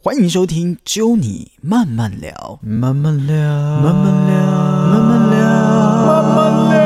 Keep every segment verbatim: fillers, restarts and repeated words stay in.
欢迎收听揪你慢慢聊， 慢慢聊， 慢慢聊， 慢慢聊， 慢慢聊。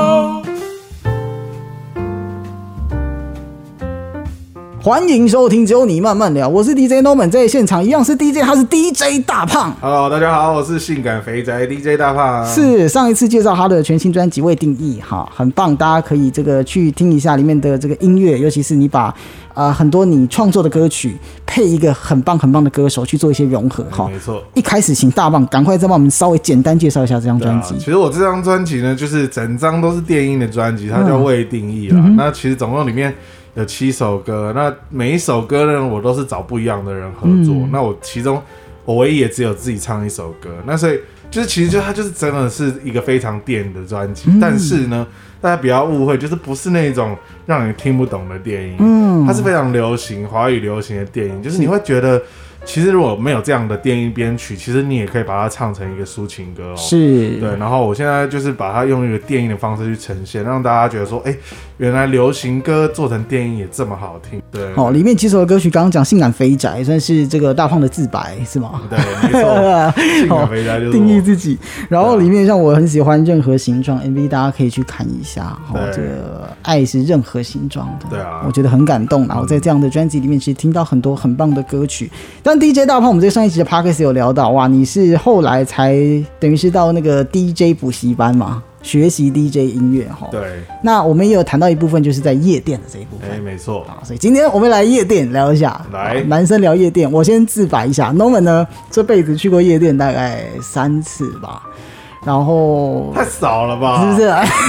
欢迎收听揪你慢慢聊，我是 D J Norman， 在现场一样是 D J， 他是 D J 大胖。 Hello， 大家好，我是性感肥宅 D J 大胖。 是上一次介绍他的全新专辑《未定义》哈，很棒，大家可以这个去听一下里面的这个音乐，尤其是你把呃很多你创作的歌曲配一个很棒很棒的歌手去做一些融合哈。 没错。 一开始请大胖赶快再帮我们稍微简单介绍一下这张专辑。 啊、其实我这张专辑呢，就是整张都是电音的专辑，它叫《未定义》啦、嗯。那其实总共里面有七首歌，那每一首歌呢，我都是找不一样的人合作。嗯、那我其中我唯一也只有自己唱一首歌，那所以就是其实就它就是真的是一个非常电的专辑、嗯，但是呢，大家不要误会，就是不是那种让你听不懂的电影，嗯，它是非常流行华语流行的电影，就是你会觉得。其实如果没有这样的电音编曲，其实你也可以把它唱成一个抒情歌哦。 是， 对。然后我现在就是把它用一个电音的方式去呈现，让大家觉得说，哎，原来流行歌做成电音也这么好听。对。 哦，里面几首的歌曲，刚刚讲性感肥宅，算是这个大胖的自白，是吗？ 对，没错。性感肥宅就是、哦、 定义自己。然后里面像我很喜欢任何形状 M V， 大家可以去看一下。哦，这个爱是任何形状的。对啊。我觉得很感动。然后在这样的专辑里面，其实听到很多很棒的歌曲。但 D J 大胖，我们在上一集的 Podcast 有聊到，哇，你是后来才等于是到那个 D J 补习班嘛，学习 D J 音乐哈。 对。 那我们也有谈到一部分，就是在夜店的这一部分。 哎，没错。 好，所以今天我们来夜店聊一下。 来， 男生聊夜店，我先自白一下 ，Norman 呢这辈子去过夜店大概三次吧。然后太少了吧？ 是不是？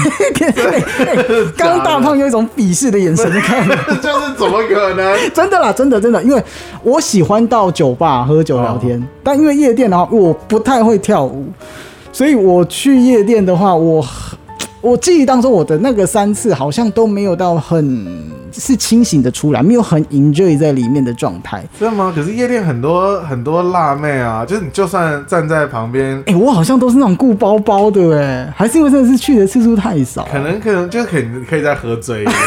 刚刚大胖有一种鄙视的眼神在看， 就是怎么可能？ 真的啦，真的真的，因为我喜欢到酒吧喝酒聊天，哦、但因为夜店的话，我不太会跳舞，所以我去夜店的话，我我记忆当中我的那个三次好像都没有到很。是清醒的出来，没有很 enjoy 在里面的状态， 真的吗？可是夜店很多很多辣妹啊，就是你就算站在旁边， 哎、欸，我好像都是那种顾包包的，哎，还是因为真的是去的次数太少， 可能可能就是可以可以再喝醉一点。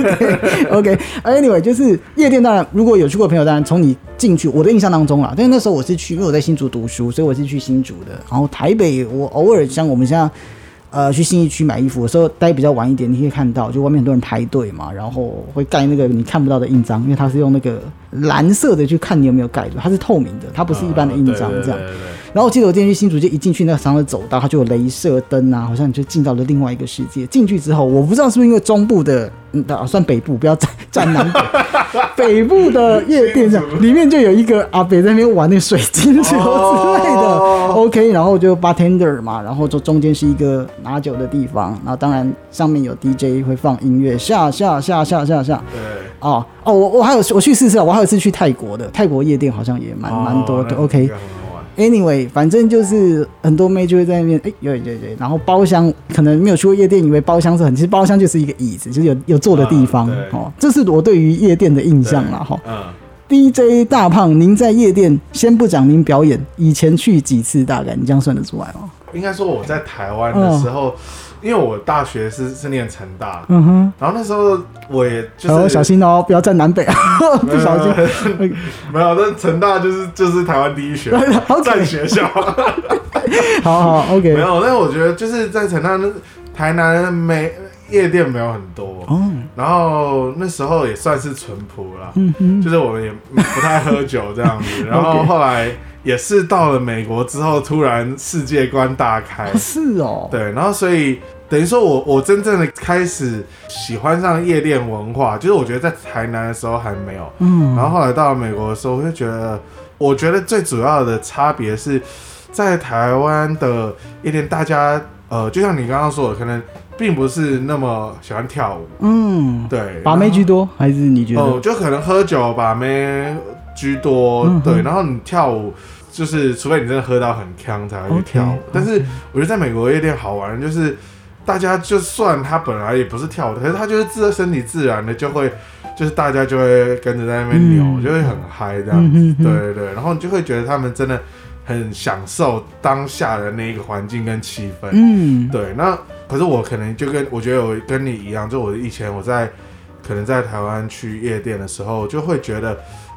OK OK，Anyway，、okay, 就是夜店，当然如果有去过的朋友，当然从你进去，我的印象当中啊，但是那时候我是去，因为我在新竹读书，所以我是去新竹的，然后台北我偶尔像我们现在。呃，去信义区买衣服的时候待比较晚一点，你可以看到，就外面很多人排队嘛，然后会盖那个你看不到的印章，因为它是用那个蓝色的去看你有没有盖住，它是透明的，它不是一般的印章这样。呃、然后我记得我今天去新竹，就一进去那个长的走道，它就有雷射灯啊，好像你就进到了另外一个世界。进去之后，我不知道是不是因为中部的，嗯，啊、算北部，不要占占南北，北部的夜店这样，里面就有一个阿北在那边玩那个水晶球之类的。哦、OK， 然后就 bartender 嘛，然后就中间是一个。拿酒的地方，然后当然上面有 D J 会放音乐，下下下下下下。 对。 哦哦，我我还有我去试试，我还有一次去泰国的，泰国夜店好像也蛮蛮、哦、多的。OK。Anyway， 反正就是很多妹就会在那边，哎，有有有，然后包厢可能没有去过夜店，以为包厢是很，其实包厢就是一个椅子，就是有有坐的地方。嗯、哦，这是我对于夜店的印象啦。哈、哦。嗯。D J 大胖，您在夜店先不讲您表演，以前去几次大概，你这样算得出来吗？ 应该说我在台湾的时候，哦、因为我大学是是念成大， 嗯哼， 然后那时候我也就是、 哦、小心哦，不要站南北啊，不小心。 没有，但成大就是就是台湾第一学站学校。 好好 OK， 没有，但我觉得就是在成大，台南没夜店没有很多，哦、然后那时候也算是淳朴啦，嗯哼，就是我们也不太喝酒这样子，然后后来。也是到了美国之后，突然世界观大开。 啊、是哦， 对，然后所以等于说我我真正的开始喜欢上夜店文化，就是我觉得在台南的时候还没有，嗯，然后后来到了美国的时候，我就觉得，我觉得最主要的差别是在台湾的夜店，大家呃，就像你刚刚说的，可能并不是那么喜欢跳舞，嗯，对， 把妹居多，还是你觉得？ 哦，就可能喝酒把妹居多，嗯、对，然后你跳舞。就是除非你真的喝到很呛才会去跳舞， okay, 但是我觉得在美国夜店好玩的就是大家就算他本来也不是跳舞的，可是他就是自身体自然的就会，就是大家就会跟着在那边扭，嗯、就会很嗨这样子，嗯、对对对，然后你就会觉得他们真的很享受当下的那个环境跟气氛，嗯，对。那可是我可能就跟我觉得我跟你一样，就我以前我在可能在台湾去夜店的时候，就会觉得。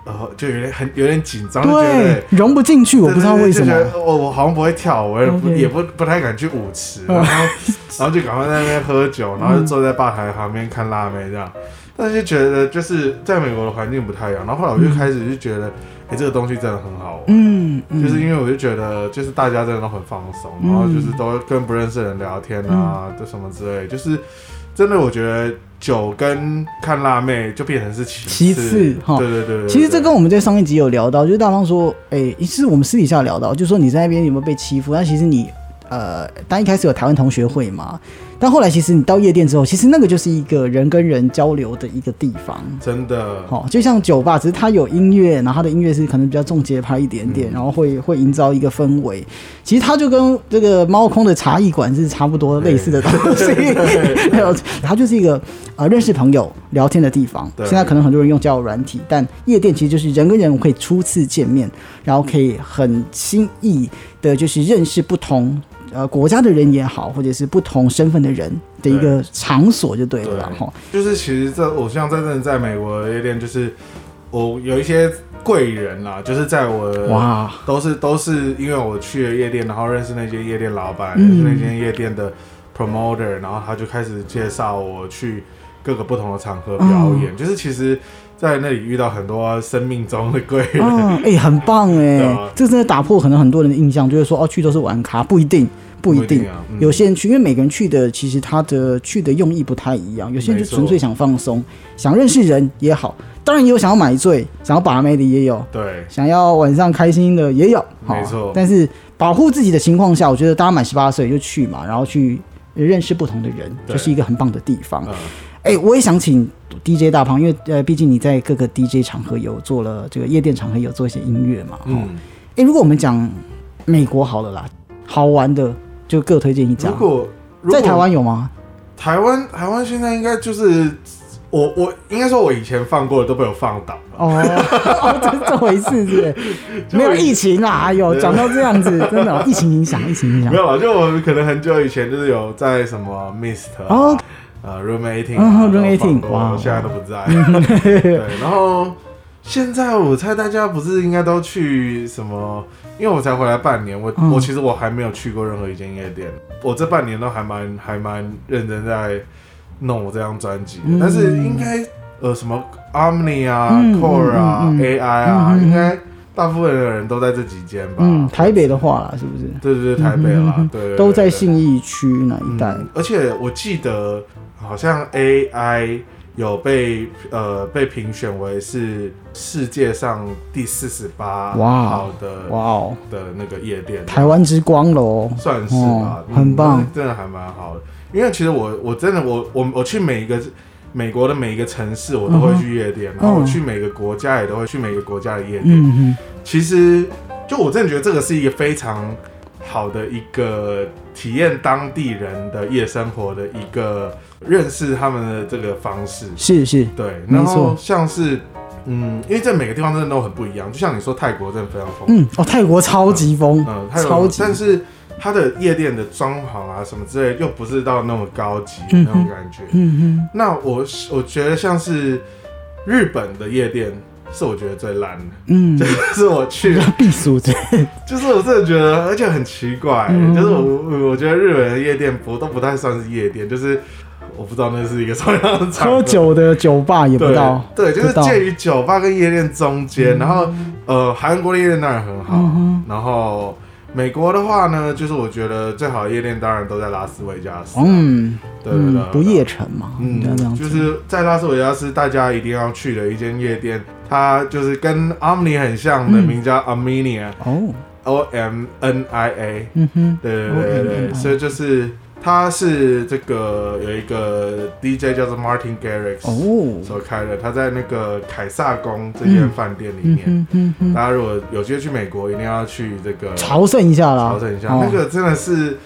呃，就有点很有点紧张，就觉得融不进去，我不知道为什么。 我我好像不会跳舞，我也不、okay. 也不不太敢去舞池，然后然后就赶快在那边喝酒，然后就坐在吧台旁边看辣妹这样。但是就觉得就是在美国的环境不太一样，然后后来我就开始就觉得，哎、欸，这个东西真的很好玩，嗯，嗯就是因为我就觉得就是大家真的都很放松，然后就是都跟不认识的人聊天啊，这、嗯、什么之类，就是真的我觉得酒跟看辣妹就变成是其次，其次哈，对对 对, 对。 其实这跟我们在上一集有聊到，就是大方说，哎、欸，是我们私底下聊到，就是说你在那边有没有被欺负？但其实你。呃，当一开始有台湾同学会嘛，但后来其实你到夜店之后，其实那个就是一个人跟人交流的一个地方， 真的， 好、哦，就像酒吧，只是它有音乐，然后它的音乐是可能比较重节拍一点点，嗯、然后会会营造一个氛围。其实它就跟这个猫空的茶艺馆是差不多类似的东西，它就是一个呃认识朋友聊天的地方。现在可能很多人用交友软体，但夜店其实就是人跟人可以初次见面，然后可以很轻易的，就是认识不同。呃，国家的人也好，或者是不同身份的人的一个场所就对了啦。 就是其实这我像真正在美国的夜店，就是我有一些贵人啦，就是在我哇，都是都是因为我去了夜店，然后认识那些夜店老板，认识那间夜店的 promoter， 然后他就开始介绍我去各个不同的场合表演，嗯、就是其实。在那里遇到很多生命中的贵人，哎、 欸，很棒哎、欸，这真的打破可能很多人的印象，就是说哦，去都是玩咖，不一定，不一定，不一定啊嗯、有些人去，因为每个人去的其实他的去的用意不太一样，有些人就纯粹想放松，想认识人也好，当然也有想要买醉、想要把妹的也有， 对， 想要晚上开心的也有， 没错。 但是保护自己的情况下，我觉得大家满十八岁就去嘛，然后去认识不同的人，就是一个很棒的地方。嗯哎、欸，我也想请 D J 大胖，因为呃，毕竟你在各个 D J 场合有做了这个夜店场合有做一些音乐嘛。嗯。哎、欸，如果我们讲美国好了啦，好玩的就各推荐一家。 如果在台湾有吗？ 台湾台湾现在应该就是我我应该说，我以前放过的都被我放倒了。哦， 哦这这回事是不是？没有疫情啦，哎呦，讲到这样子，真的、哦、疫情影响，疫情影响。 没有啦，就我们可能很久以前就是有在什么 Mist 啊。哦呃 ，Room eighteen， 啊 ，Room eighteen， 哇， 我现在都不在。对，然后现在我猜大家不是应该都去什么？因为我才回来半年，我、嗯、我其实我还没有去过任何一间夜店。我这半年都还蛮还蛮认真在弄我这张专辑、嗯，但是应该呃什么 Omni 啊、嗯、Core 啊、嗯嗯、A I 啊，嗯、应该大部分的人都在这几间吧。 嗯，台北的话啦，是不是？ 对对对，台北啦，嗯、对, 对, 对， 都在信义区那一带、 嗯。而且我记得。好像 A I 有被呃被评选为是世界上第四十八号的哇哦的那个夜店， 台湾之光喽， 算是吧、 哦，很棒、 嗯，真的还蛮好的。因为其实我我真的我我我去每一个美国的每一个城市，我都会去夜店，嗯、然后我去每个国家也都会去每个国家的夜店。嗯、其实就我真的觉得这个是一个非常好的一个体验当地人的夜生活的一个。认识他们的这个方式是是， 对，然后像是嗯，因为在每个地方真的都很不一样，就像你说泰国真的非常疯， 嗯哦，泰国超级疯，嗯， 嗯超级， 但是它的夜店的装潢啊什么之类，又不是到那么高级的那种感觉，嗯哼，那我我觉得像是日本的夜店。是我觉得最烂的，嗯，就是我去避暑的， 就是我真的觉得，而且很奇怪，嗯、就是我我觉得日本的夜店不都不太算是夜店，就是我不知道那是一个什么样的场合， 喝酒的酒吧也不到， 对，对就是介于酒吧跟夜店中间，嗯、然后呃，韩国的夜店当然很好，嗯、然后美国的话呢，就是我觉得最好的夜店当然都在拉斯维加斯，嗯。对对对， 嗯、不夜城嘛， 嗯，就是在拉斯维加斯，大家一定要去的一间夜店，它就是跟 Omni 很像的，嗯、名叫 Omnia， 哦 ，O M N I A， 嗯哼，对对对对对，所以就是它是这个有一个 D J 叫做 Martin Garrix 哦所开的，他在那个凯撒宫这间饭店里面，嗯嗯嗯，大家如果有机会去美国，一定要去这个朝圣一下啦， 朝圣一下，哦、那个真的是。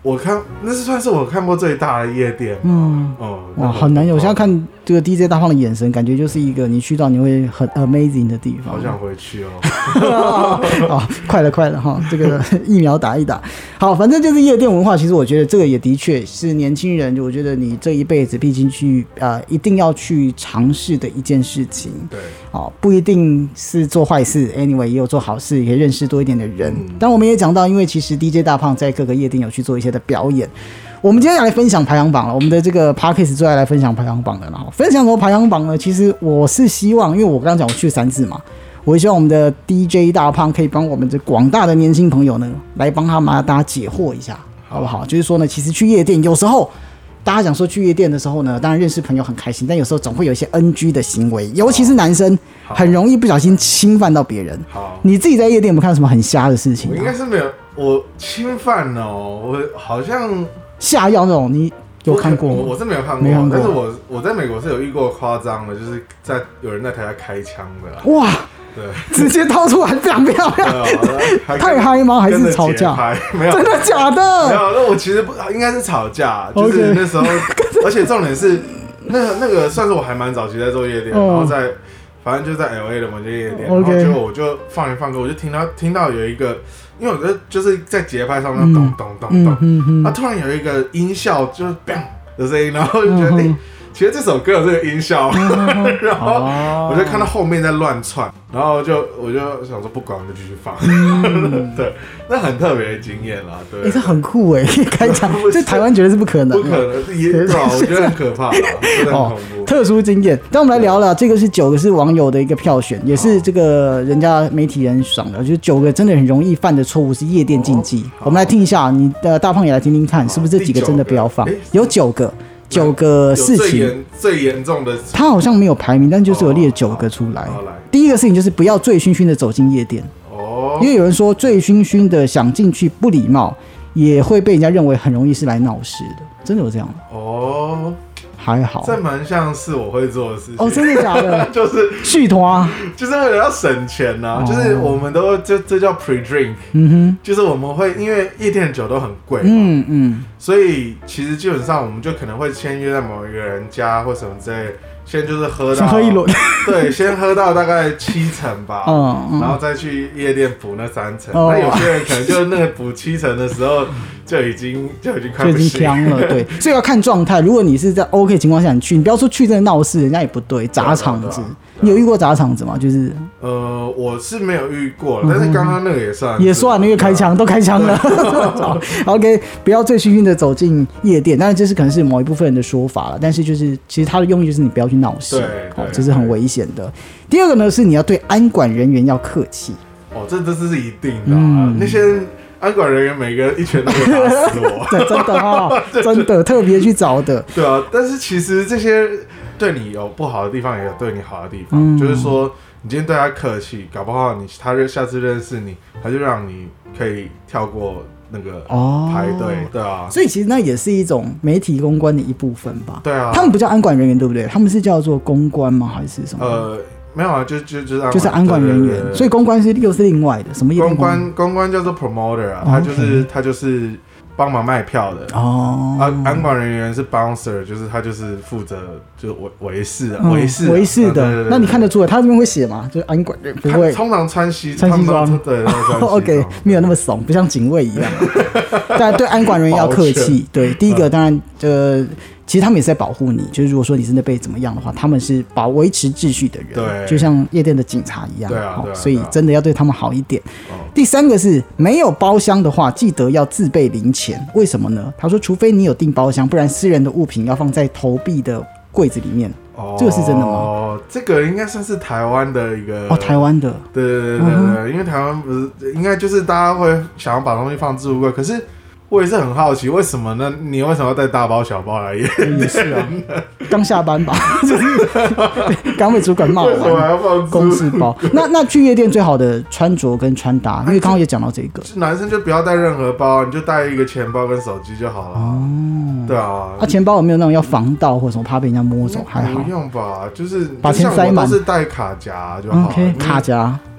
我看那是算是我看过最大的夜店， 嗯， 哦、 哇，很难有。我现在看这个 D J 大胖的眼神，感觉就是一个你去到你会很 amazing 的地方。 好想回去哦！ 哦，快了快了哈，这个疫苗打一打。好，反正就是夜店文化，其实我觉得这个也的确是年轻人，我觉得你这一辈子毕竟去呃一定要去尝试的一件事情。 对， 哦，不一定是做坏事 ，anyway 也有做好事，也可以认识多一点的人。 嗯、 但我们也讲到，因为其实 D J 大胖在各个夜店有去做一些的表演。我们今天要来分享排行榜了，我们的这个 podcast 最爱来分享排行榜的了。分享什么排行榜呢？其实我是希望，因为我刚刚讲我去三次嘛，我也希望我们的 D J 大胖可以帮我们这广大的年轻朋友呢，来帮他们大家解惑一下，好不好？就是说呢，其实去夜店有时候。大家讲说去夜店的时候呢，当然认识朋友很开心，但有时候总会有一些 N G 的行为，尤其是男生很容易不小心侵犯到别人。 好， 你自己在夜店有没有看到什么很瞎的事情、啊？ 我应该是没有，我侵犯哦，我好像下药那种，你有看过吗？ 我, 我是没有看过， 没看过。 但是我我在美国是有遇过夸张的，就是在有人在台下开枪的、啊。 哇！ 对， 直接掏出来，漂漂亮，太嗨吗？还是吵架？ 没有， 真的假的？ 没有，那我其实不应该是吵架，就是那时候， okay. 而且重点是，那那个算是我还蛮早期在做夜店，哦、然后在反正就在 L A 的某间夜店， okay. 然后就我就放一放歌，我就听到听到有一个，因为我觉得就是在节拍上面咚咚咚咚，那、嗯、突然有一个音效就是 bang 的声音，然后就觉得哎。嗯其实这首歌有这个音效，然后我就看到后面在乱窜，然后就我就想说不管，我就继续放。嗯、对，那很特别的经验啦。对， 哎、欸，这很酷哎，开场在台湾绝对是不可能， 不可能，也对啊，我觉得很可怕，真的很恐怖、哦。 特殊经验，但我们来聊了，这个是九个是网友的一个票选，也是这个人家媒体人爽的，就是九个真的很容易犯的错误是夜店禁忌。哦、我们来听一下，你的大胖也来听听看，是不是这几个真的不要放？有九个。九个事情最严重的， 他好像没有排名，但就是有列九个出来。 哦、 第一个事情就是不要醉醺醺的走进夜店，哦，因为有人说醉醺醺的想进去不礼貌，也会被人家认为很容易是来闹事的，真的有这样哦。 还好， 这蛮像是我会做的事情哦，真的假的？ 就是续团， 就是为了要省钱呐、啊哦。就是我们都这这叫 pre drink， 嗯哼， 就是我们会因为夜店的酒都很贵嘛， 嗯嗯， 所以其实基本上我们就可能会先约在某一个人家或什么之类的。先就是喝到， 先喝一轮， 对，先喝到大概七成吧，嗯嗯、然后再去夜店补那三成。哦、那有些人可能就那个补七成的时候就已经就已经快不行， 就已经呛了，对，所以要看状态。如果你是在 OK 情况下你去，你不要说去真的闹事，人家也不对，砸场子。你有遇过砸场子吗？就是呃，我是没有遇过，但是刚刚那个也算也算，那个开枪都开枪了。OK， 不要醉醺醺的走进夜店，当然这是可能是某一部分人的说法了，但是就是其实它的用意就是你不要去闹事，哦，这是很危险的。第二个呢是你要对安管人员要客气。 哦，这这是一定的、啊嗯，那些安管人员每个一拳都会打死我， 对，真的哦，真的特别去找的， 对啊。但是其实这些对你有不好的地方，也有对你好的地方，嗯、就是说你今天对他客气，搞不好你他下次认识你，他就让你可以跳过那个排队、哦，对啊。 所以其实那也是一种媒体公关的一部分吧。 对啊， 他们不叫安管人员，对不对？他们是叫做公关吗？还是什么？ 呃。没有啊，就就就是安就是安管人员，对对对，所以公关是又是另外的什么？ 公关公关叫做 promoter 啊， 他就是他就是帮忙卖票的哦。 啊，安管人员是 bouncer， 就是他就是负责就维维士维士维士的、啊对对对。那你看得出来，他这边会写吗？就是安管人不会， 通常穿西穿西装， 对，穿西装 OK， 没有那么怂，不像警卫一样。但对安管人员要客气。对，第一个当然呃。其实他们也是在保护你，就是如果说你真的被怎么样的话，他们是保维持秩序的人， 对， 就像夜店的警察一样， 对啊， 哦、 对啊， 所以真的要对他们好一点。哦、第三个是没有包厢的话，记得要自备零钱，为什么呢？他说，除非你有订包厢，不然私人的物品要放在投币的柜子里面。哦，这个是真的吗？ 哦，这个应该算是台湾的一个哦，台湾的， 对对对对对、嗯，因为台湾不是应该就是大家会想要把东西放置物柜，可是。我也是很好奇，为什么呢？你为什么要带大包小包来夜店？ 也是啊，刚下班吧，就是刚被主管骂完， 还要放公事包。那那去夜店最好的穿着跟穿搭，因为刚刚也讲到这个， 男生就不要带任何包，你就带一个钱包跟手机就好了。哦，对啊。 他、啊、钱包有没有那种要防盗或者什么怕被人家摸走？还好， 不用吧，就是把钱塞满， 都是带卡夹就好了。 OK， 卡夹。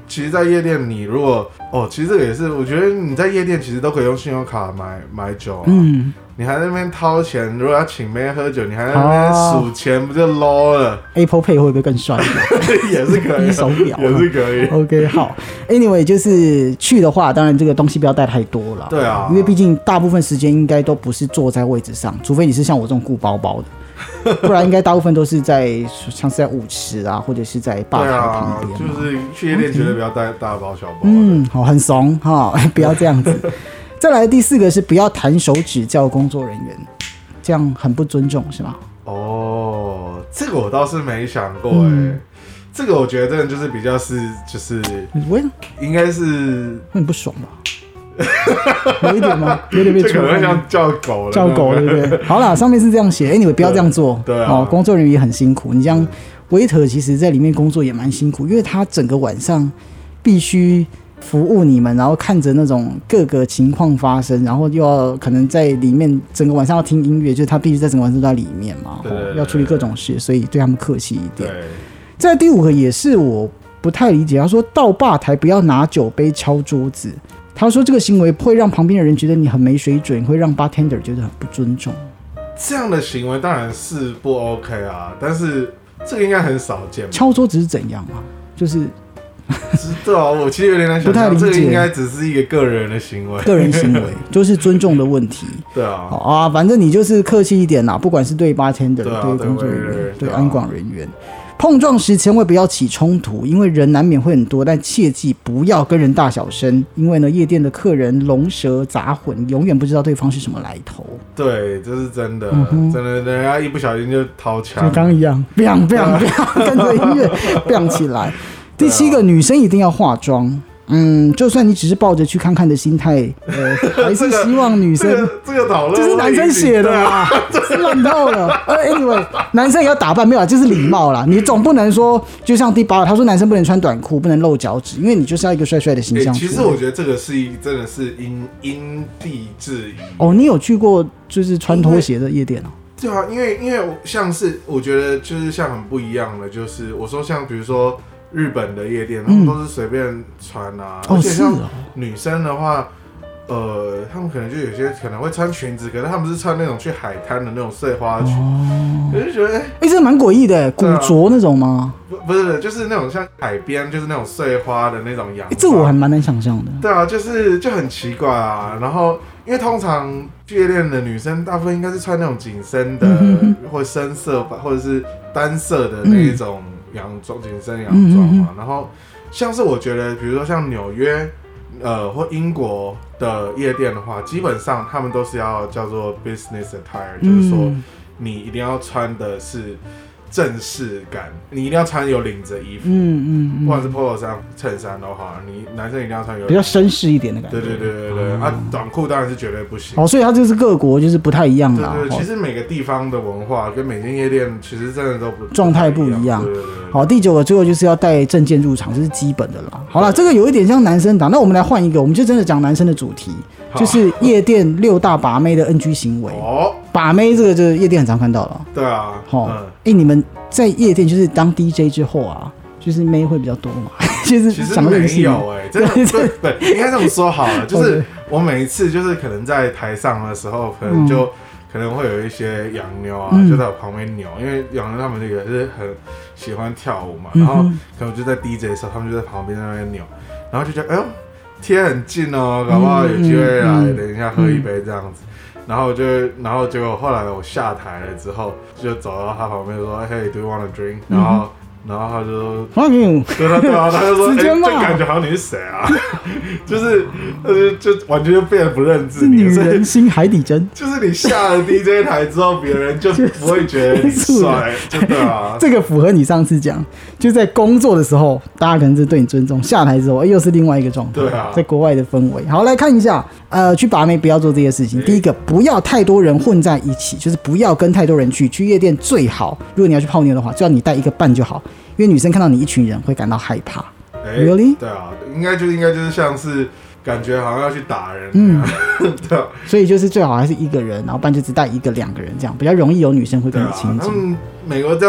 其实，在夜店你如果哦，其实这个也是，我觉得你在夜店其实都可以用信用卡买买酒啊。嗯。你还在那边掏钱，如果要请妹喝酒，你还在那边数钱，不就 low 了 ？Apple Pay 会不会更帅一点？也是可以， 手表也是可以。 OK， 好。Anyway， 就是去的话，当然这个东西不要带太多了。 对啊， 因为毕竟大部分时间应该都不是坐在位置上，除非你是像我这种顾包包的，不然应该大部分都是在像是在舞池啊，或者是在吧台旁边。 对啊，就是去夜店绝对不要带大包小包。 嗯，好，很怂哈，不要这样子。再来第四个是不要弹手指叫工作人员，这样很不尊重是吗？ 哦，这个我倒是没想过哎、欸嗯，这个我觉得真的就是比较是就是应该是很不爽吧？有一点吗？有点被这可能像叫狗了， 叫狗对不对？好啦，上面是这样写 ，anyway 不要这样做， 对, 对啊、 哦，工作人员也很辛苦，你这样 waiter 其实在里面工作也蛮辛苦，因为他整个晚上必须服务你们，然后看着那种各个情况发生，然后又要可能在里面整个晚上要听音乐，就是他必须在整个晚上都在里面嘛， 对对对对， 要处理各种事，所以对他们客气一点。在第五个也是我不太理解，他说到吧台不要拿酒杯敲桌子，他说这个行为会让旁边的人觉得你很没水准，会让 bartender 觉得很不尊重。 这样的行为当然是不 OK 啊，但是这个应该很少见。 敲桌子是怎样啊？就是知道，我其实有点难想象，不太理解，这个应该只是一个个人的行为， 个人行为就是尊重的问题。 对啊， 好啊，反正你就是客气一点啦，不管是对 bartender、对、啊、对工作人员、对, 对安管人员。碰撞时千万不要起冲突，因为人难免会很多，但切记不要跟人大小声，因为呢，夜店的客人龙蛇杂混，永远不知道对方是什么来头。 对，这是真的，嗯、真的，人家一不小心就掏枪， 跟刚刚一样，biang biang biang，跟着音乐 biang 起来。第七个，女生一定要化妆。嗯，就算你只是抱着去看看的心态，呃，还是希望女生这个讨论， 这是男生写的啦，是烂透了。呃 ，anyway， 男生也要打扮，没有，就是礼貌啦。你总不能说，就像第八个，他说男生不能穿短裤，不能露脚趾，因为你就是要一个帅帅的形象、欸。 其实我觉得这个是一真的是因因地制宜。 哦，你有去过就是穿拖鞋的夜店哦？ 对啊，因为因为像是我觉得就是像很不一样的，就是我说像比如说。日本的夜店，他们都是随便穿啊， 嗯、 而且像女生的话，哦、呃，他们可能就有些可能会穿裙子，可是他们是穿那种去海滩的那种碎花裙，我、哦、就觉得，哎、 欸，这蛮诡异的，古着那种吗？ 不，不是，就是那种像海边，就是那种碎花的那种洋装、欸。 这我还蛮难想象的。 对啊，就是就很奇怪啊。然后，因为通常去夜店的女生，大部分应该是穿那种紧身的，嗯、或深色或者是单色的那一种。嗯洋装紧身洋装嘛，然后像是我觉得，比如说像纽约，呃，或英国的夜店的话，基本上他们都是要叫做 business attire，、嗯、就是说你一定要穿的是正式感，你一定要穿有领子的衣服，嗯嗯，嗯不管是 polo 衫、衬衫都好，你男生一定要穿有比较绅士一点的感觉。 对对对对对，嗯、啊，短裤当然是绝对不行。 哦，所以它就是各国就是不太一样啦。 对对，其实每个地方的文化跟每间夜店其实真的都不状态不一样。 对对对。 好，第九个最后就是要带证件入场，这是基本的啦。好啦，这个有一点像男生党，那我们来换一个，我们就真的讲男生的主题，就是夜店六大把妹的 N G 行为。哦，把妹这个就是夜店很常看到了。 对啊。 好，哎、嗯欸，你们在夜店就是当 D J 之后啊，就是妹会比较多嘛？就是想认识。 其实没有哎、欸，真的对对，应该这么说好了，就是我每一次就是可能在台上的时候，可能就。嗯可能会有一些洋妞啊，嗯、就在我旁边扭，因为洋妞他们那个是很喜欢跳舞嘛，嗯、然后可能就在 D J 的时候，他们就在旁边在那边扭，然后就觉得哎呦贴很近哦，搞不好有机会来、嗯、等一下喝一杯这样子，嗯、然后就然后结果后来我下台了之后，就走到他旁边说，嘿 ，Do you want a drink？、嗯、然后。然后他就说，对啊对啊，他就说，哎、欸，就感觉好像你是谁啊？就是就就完全就变得不认识你， 是女人心海底针。 就是你下了 D J 台之后，别人就不会觉得你帅，真的啊。 这个符合你上次讲，就在工作的时候，大家可能是对你尊重；下台之后，哎，又是另外一个状态。 对啊， 在国外的氛围。好，来看一下，呃，去把妹不要做这些事情。第一个，不要太多人混在一起，就是不要跟太多人去。去夜店最好，如果你要去泡妞的话，就要你带一个伴就好。因为女生看到你一群人会感到害怕。 欸、 Really？ 对啊，应该就应该就是像是感觉好像要去打人。嗯，对啊。 所以就是最好还是一个人，然后不然就只带一个两个人这样，比较容易有女生会跟你亲近。 他们美国这样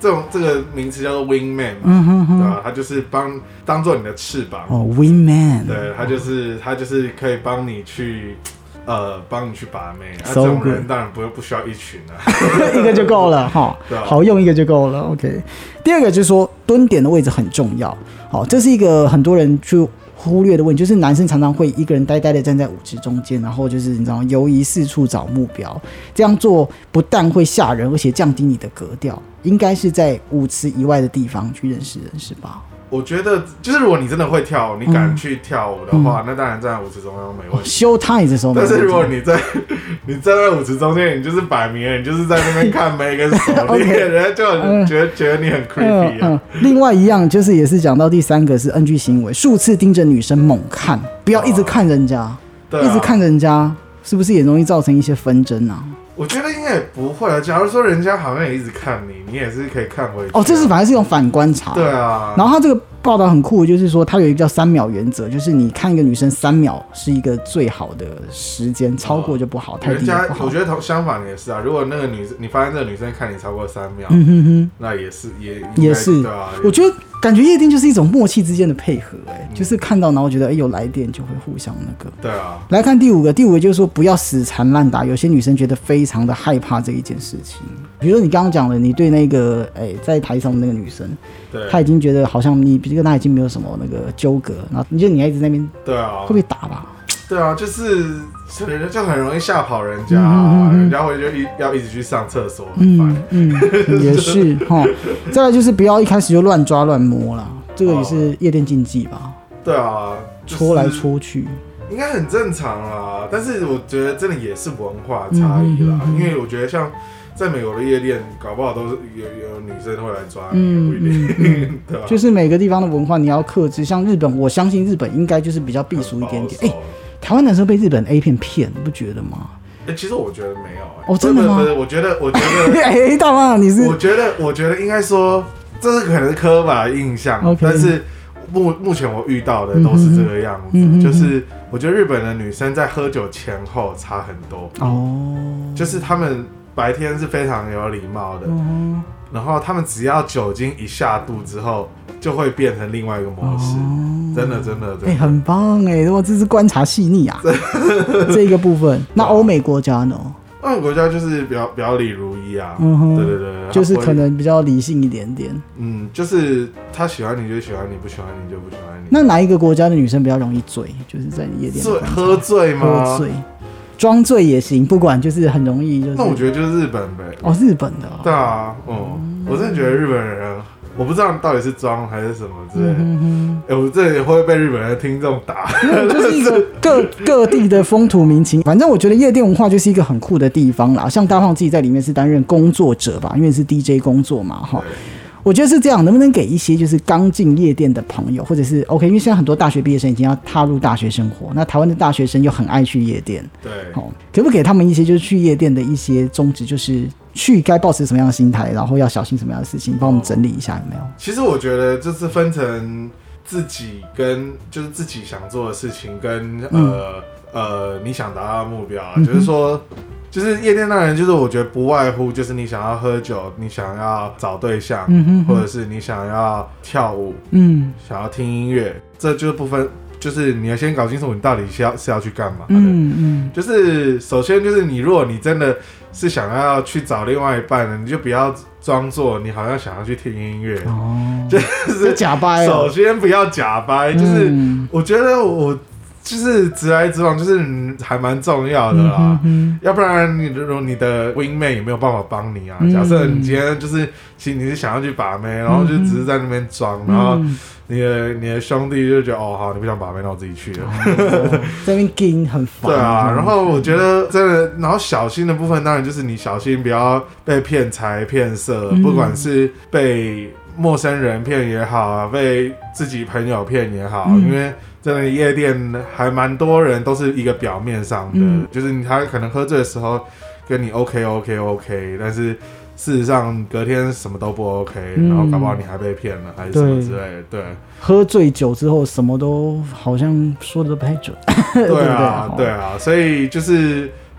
这种这个名词叫做 wingman 嘛， 嗯哼哼， 对吧？他就是帮当做你的翅膀。 哦 ，wingman， 对，他就是他就是可以帮你去。呃，帮你去把妹，那、啊 So 这种人 good 当然不不需要一群啊， 一个就够了哈，好用一个就够了。OK， 第二个就是说蹲点的位置很重要，好，这是一个很多人去忽略的问题，就是男生常常会一个人呆呆的站在舞池中间，然后就是你知道游移四处找目标，这样做不但会吓人，而且降低你的格调。应该是在舞池以外的地方去认识人，是吧？ 我觉得就是如果你真的会跳舞，你敢去跳舞的话，嗯、那当然站在舞池中央没问题。 Show time 的时候没问题， 但是如果你在你站在舞池中间，你就是摆明了，你就是在那边看每个手，okay, 人家就很觉得、嗯、觉得你很 creepy 啊、嗯嗯。 另外一样就是也是讲到第三个是 N G 行为，数次盯着女生猛看，不要一直看人家，哦啊、一直看人家，是不是也容易造成一些纷争啊？ 我觉得应该也不会啊。假如说人家好像也一直看你，你也是可以看回去、啊。 哦，这是反而是一种反观察。 对啊。 然后他这个报道很酷，就是说他有一个叫三秒原则，就是你看一个女生三秒是一个最好的时间，超过就不好，哦、太低就不好。 我觉得相反也是啊。如果那个女生你发现这个女生看你超过三秒， 嗯哼哼， 那也是也也是对啊。 我觉得感觉夜店就是一种默契之间的配合、欸，哎、嗯，就是看到然后觉得哎、欸、有来电就会互相那个。 对啊。来看第五个，第五个就是说不要死缠烂打，有些女生觉得非常的害怕这一件事情。比如说你刚刚讲的，你对那个哎、欸、在台上的那个女生， 对， 她已经觉得好像你跟她已经没有什么那个纠葛，然后你觉得你还一直在那边， 对啊， 会不会打吧？ 对啊，就是人就很容易吓跑人家、啊嗯嗯嗯，人家会就一要一直去上厕所，很烦。 嗯，嗯也是哈。再来就是不要一开始就乱抓乱摸啦，这个也是夜店禁忌吧？哦、 对啊，就是、 戳来戳去。 应该很正常啦，但是我觉得真的也是文化差异啦、嗯嗯嗯嗯，因为我觉得像在美国的夜店，搞不好都是有有女生会来抓你，嗯、不一定，嗯、对吧？ 就是每个地方的文化你要克制，像日本，我相信日本应该就是比较避俗一点点。哎、欸，台湾男生被日本 A 片骗，你不觉得吗？ 哎、欸，其实我觉得没有、欸。 哦，真的吗？ 不是，我觉得，我觉得， 哎、欸，大妈，你是？ 我觉得，我觉得应该说，这是可能是刻板印象， okay. 但是。目目前我遇到的都是这个样子，嗯、就是我觉得日本的女生在喝酒前后差很多哦，就是她们白天是非常有礼貌的，嗯、然后她们只要酒精一下肚之后，就会变成另外一个模式，哦、真的真的，哎、 欸，很棒哎，哇，这是观察细腻啊，这个部分。那欧美国家呢？ 欧美国家就是比较表里如一啊，嗯、对对对， 就是可能比较理性一点点。 嗯，就是他喜欢你就喜欢你，不喜欢你就不喜欢你。 那哪一个国家的女生比较容易醉？就是在夜店醉喝醉吗？ 喝醉，装醉也行，不管，就是很容易。就是、 那我觉得就是日本呗。 哦，日本的、哦。 对啊，嗯，嗯我真的觉得日本人。我不知道到底是装还是什么之类的，哎、嗯欸，我这里会不会被日本人的听众打？ 就是一个各各地的风土民情，反正我觉得夜店文化就是一个很酷的地方啦。像大胖自己在里面是担任工作者吧，因为是 D J 工作嘛，哈。我觉得是这样，能不能给一些就是刚进夜店的朋友，或者是 OK， 因为现在很多大学毕业生已经要踏入大学生活，那台湾的大学生又很爱去夜店， 对， 好，可不可以给他们一些就是去夜店的一些宗旨，就是去该抱持什么样的心态，然后要小心什么样的事情，帮我们整理一下有没有？ 其实我觉得就是分成自己跟就是自己想做的事情跟呃、嗯、呃你想达到的目标、啊嗯，就是说。就是夜店那人，就是我觉得不外乎就是你想要喝酒，你想要找对象，嗯、哼哼或者是你想要跳舞，嗯，想要听音乐，这就是部分，就是你要先搞清楚你到底是要是要去干嘛的。嗯嗯，就是首先就是你，如果你真的是想要去找另外一半的，你就不要装作你好像想要去听音乐，哦，就是假掰、哦。 首先不要假掰，就是我觉得我。就是直来直往，就是还蛮重要的啦。嗯、哼哼要不然你如果你的 wingman 也没有办法帮你啊。嗯、假设你今天就是其实你是想要去把妹，然后就只是在那边装、嗯，然后你的你的兄弟就觉得哦好，你不想把妹，那我自己去了。 哦、在那边跟很烦。 对啊，然后我觉得真的，然后小心的部分当然就是你小心不要被骗财骗色、嗯，不管是被陌生人骗也好啊，被自己朋面骗也好，嗯、因为。真的夜店还蛮多人都是一个表面上的，嗯、就是他可能喝醉的时候跟你 OK OK OK， 但是事实上隔天什么都不 OK，、嗯、然后搞不好你还被骗了还是什么之类的。对， 喝醉酒之后什么都好像说的不太准。 对啊，对啊，所以就是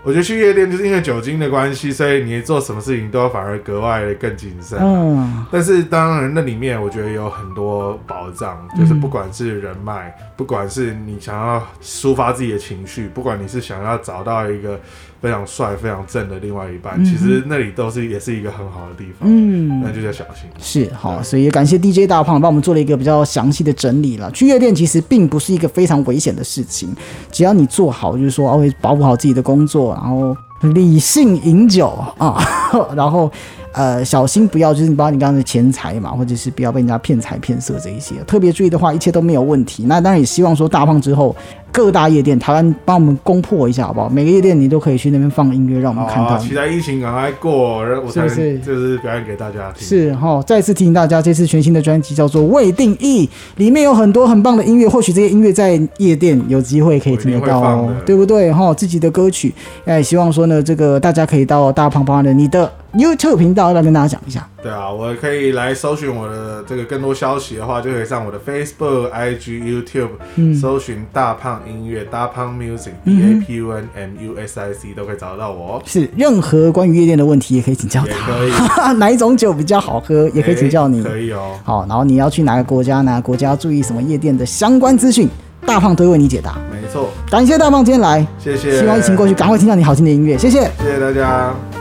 我觉得去夜店就是因为酒精的关系，所以你做什么事情都要反而格外的更谨慎、啊。嗯，但是当然那里面我觉得有很多保障，就是不管是人脉，嗯、不管是你想要抒发自己的情绪，不管你是想要找到一个非常帅、非常正的另外一半，嗯、其实那里都是也是一个很好的地方。嗯，那就要小心。 是好，所以也感谢 D J 大胖帮我们做了一个比较详细的整理了。去夜店其实并不是一个非常危险的事情，只要你做好，就是说会保护好自己的工作。然后理性饮酒啊，然后呃小心不要就是你包括你刚刚的钱财嘛，或者是不要被人家骗财骗色这一些，特别注意的话，一切都没有问题。那当然也希望说大胖之后各大夜店，台湾帮我们攻破一下好不好？每个夜店你都可以去那边放音乐，让我们看到。 哦、期待疫情赶快过，我才能就是表演给大家听。 是哈、哦，再次提醒大家，这次全新的专辑叫做《未定义》，里面有很多很棒的音乐，或许这些音乐在夜店有机会可以听得到哦，对不对？哈、哦，自己的歌曲，也希望说呢，这个大家可以到大胖胖的你的 YouTube 频道来跟大家讲一下。 对啊，我可以来搜寻我的这个更多消息的话，就可以上我的 Facebook、I G、YouTube、嗯、搜寻大胖音乐、大胖 Music、D A P U N M U S I C 都可以找得到我。 是，任何关于夜店的问题也可以请教他。 也可以， 哪一种酒比较好喝，也可以请教你。 可以哦。 好，然后你要去哪个国家，哪个国家要注意什么夜店的相关资讯，大胖都会为你解答。 没错， 感谢大胖今天来， 谢谢。 希望疫情过去，赶快听到你好听的音乐，谢谢， 谢谢大家。